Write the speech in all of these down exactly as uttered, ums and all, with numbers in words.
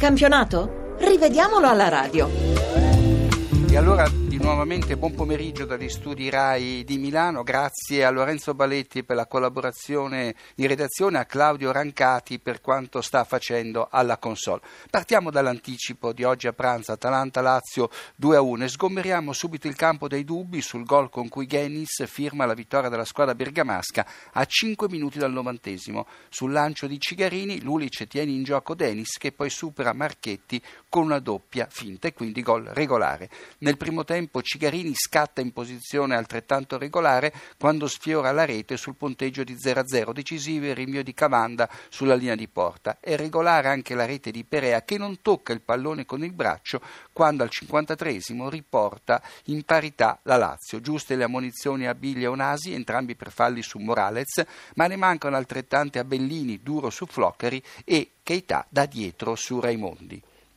campionato? Rivediamolo alla radio. E allora di nuovamente buon pomeriggio dagli studi RAI di Milano, grazie a Lorenzo Baletti per la collaborazione in redazione, a Claudio Rancati per quanto sta facendo alla console. Partiamo dall'anticipo di oggi a pranzo, Atalanta-Lazio due a uno, e sgomberiamo subito il campo dei dubbi sul gol con cui Gennis firma la vittoria della squadra bergamasca a cinque minuti dal novantesimo. Sul lancio di Cigarini, Lulic tiene in gioco Denis che poi supera Marchetti con una doppia finta e quindi gol regolare. Nel primo tempo Cigarini scatta in posizione altrettanto regolare quando sfiora la rete sul punteggio di zero a zero, decisivo il rinvio di Cavanda sulla linea di porta. È regolare anche la rete di Perea che non tocca il pallone con il braccio quando al cinquantatreesimo riporta in parità la Lazio. Giuste le ammonizioni a Biglia e Onasi, entrambi per falli su Morales, ma ne mancano altrettante a Bellini, Duro su Floccari e Keita da dietro su Raimondi.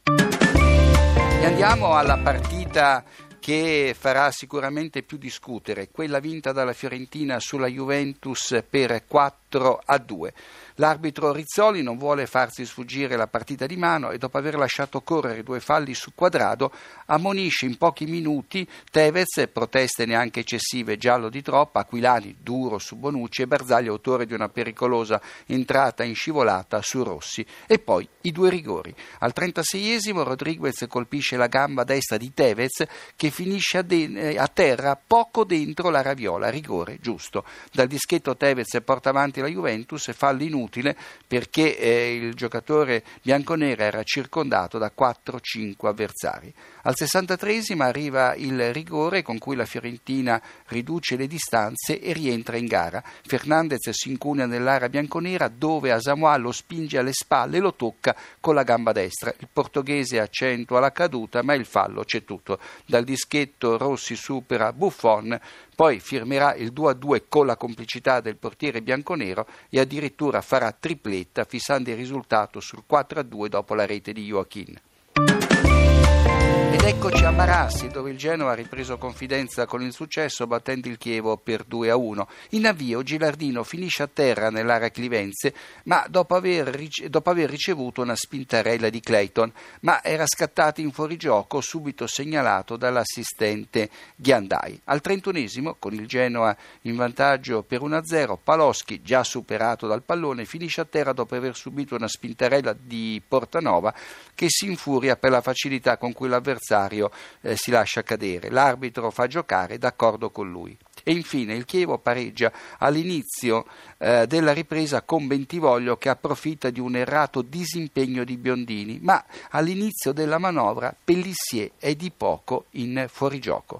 E andiamo alla partita che farà sicuramente più discutere, quella vinta dalla Fiorentina sulla Juventus per quattro a due. L'arbitro Rizzoli non vuole farsi sfuggire la partita di mano e dopo aver lasciato correre due falli su Quadrado ammonisce in pochi minuti Tevez, proteste neanche eccessive, giallo di troppo, Aquilani duro su Bonucci e Barzagli autore di una pericolosa entrata in scivolata su Rossi. E poi i due rigori. Al trentaseiesimo Rodriguez colpisce la gamba destra di Tevez che finisce a, de- a terra poco dentro la raviola, rigore giusto. Dal dischetto Tevez porta avanti la Juventus e fallo inutile perché eh, il giocatore bianconero era circondato da quattro cinque avversari. Al sessantatreesimo arriva il rigore con cui la Fiorentina riduce le distanze e rientra in gara. Fernandez si incunea nell'area bianconera dove Asamoah lo spinge alle spalle e lo tocca con la gamba destra. Il portoghese accentua la caduta ma il fallo c'è tutto. Dal dischetto Rossi supera Buffon, poi firmerà il due a due con la complicità del portiere bianconero e addirittura farà tripletta fissando il risultato sul quattro a due dopo la rete di Joaquin. Ed eccoci a Marassi, dove il Genoa ha ripreso confidenza con il successo battendo il Chievo per due a uno. In avvio Gilardino finisce a terra nell'area clivense, ma dopo aver, rice- dopo aver ricevuto una spintarella di Clayton, ma era scattato in fuorigioco subito segnalato dall'assistente Ghiandai. Al trentunesimo, con il Genoa in vantaggio per uno a zero, Paloschi, già superato dal pallone, finisce a terra dopo aver subito una spintarella di Portanova che si infuria per la facilità con cui l'avversario Eh, si lascia cadere. L'arbitro fa giocare d'accordo con lui. E infine il Chievo pareggia all'inizio eh, della ripresa con Bentivoglio che approfitta di un errato disimpegno di Biondini, ma all'inizio della manovra Pellissier è di poco in fuorigioco.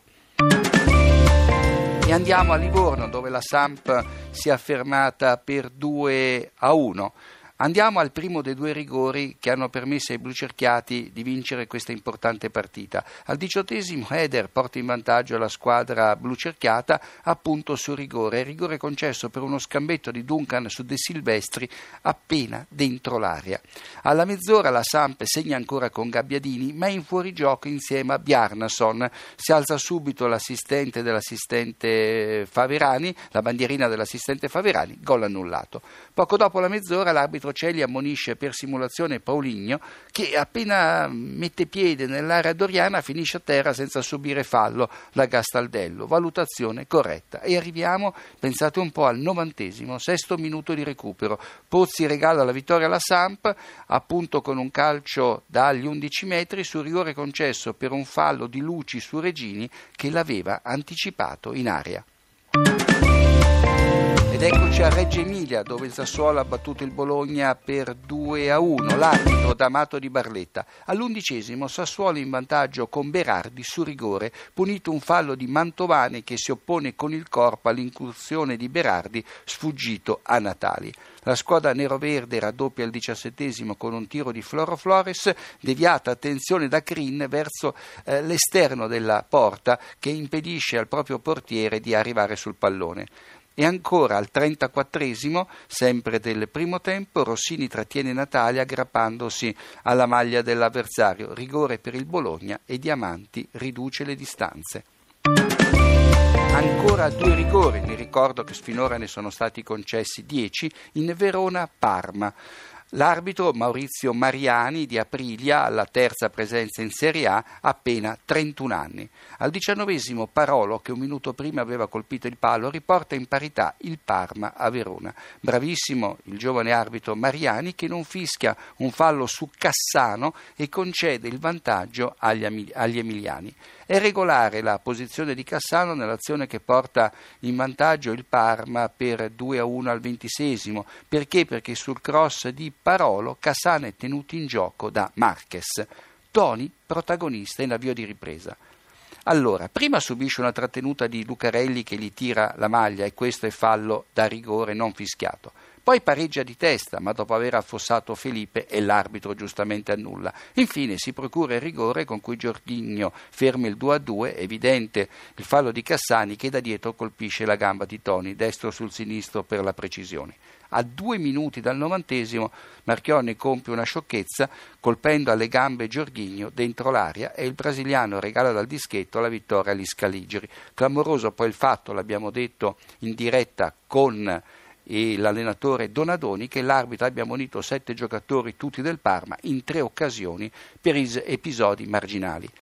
E andiamo a Livorno dove la Samp si è affermata per due a uno. Andiamo al primo dei due rigori che hanno permesso ai blucerchiati di vincere questa importante partita. Al diciottesimo Eder porta in vantaggio la squadra blucerchiata appunto su rigore, rigore concesso per uno scambetto di Duncan su De Silvestri appena dentro l'area. Alla mezz'ora la Samp segna ancora con Gabbiadini ma è in fuorigioco insieme a Bjarnason. Si alza subito l'assistente dell'assistente Faverani, la bandierina dell'assistente Faverani, gol annullato. Poco dopo la mezz'ora l'arbitro Celli ammonisce per simulazione Paulinho che appena mette piede nell'area doriana finisce a terra senza subire fallo da Gastaldello, valutazione corretta. E arriviamo, pensate un po', al novantesimo, sesto minuto di recupero. Pozzi regala la vittoria alla Samp appunto con un calcio dagli undici metri su rigore concesso per un fallo di Luci su Regini che l'aveva anticipato in area. Ed eccoci a Reggio Emilia dove il Sassuolo ha battuto il Bologna per due a uno, l'arbitro D'Amato di Barletta. All'undicesimo Sassuolo in vantaggio con Berardi su rigore, punito un fallo di Mantovani che si oppone con il corpo all'incursione di Berardi sfuggito a Natali. La squadra neroverde raddoppia al diciassettesimo con un tiro di Floro Flores, deviata attenzione da Crin verso eh, l'esterno della porta che impedisce al proprio portiere di arrivare sul pallone. E ancora al trentaquattresimo, sempre del primo tempo, Rossini trattiene Natali aggrappandosi alla maglia dell'avversario, rigore per il Bologna e Diamanti riduce le distanze. Ancora due rigori, mi ricordo che finora ne sono stati concessi dieci, in Verona-Parma. L'arbitro Maurizio Mariani di Aprilia, alla terza presenza in Serie A, appena trentuno anni. Al diciannovesimo Parolo, che un minuto prima aveva colpito il palo, riporta in parità il Parma a Verona. Bravissimo il giovane arbitro Mariani, che non fischia un fallo su Cassano e concede il vantaggio agli, agli emiliani. È regolare la posizione di Cassano nell'azione che porta in vantaggio il Parma per due a uno al ventiseiesimo. Perché? Perché sul cross di Parolo Cassano è tenuto in gioco da Marques. Toni protagonista in avvio di ripresa. Allora, prima subisce una trattenuta di Lucarelli che gli tira la maglia e questo è fallo da rigore non fischiato. Poi pareggia di testa, ma dopo aver affossato Felipe e l'arbitro giustamente annulla. Infine si procura il rigore con cui Jorginho ferma il due a due, evidente il fallo di Cassani che da dietro colpisce la gamba di Toni, destro sul sinistro per la precisione. A due minuti dal novantesimo Marchionni compie una sciocchezza colpendo alle gambe Jorginho dentro l'aria e il brasiliano regala dal dischetto la vittoria agli Scaligeri. Clamoroso poi il fatto, l'abbiamo detto in diretta con e l'allenatore Donadoni, che l'arbitro abbia ammonito sette giocatori tutti del Parma in tre occasioni per episodi marginali.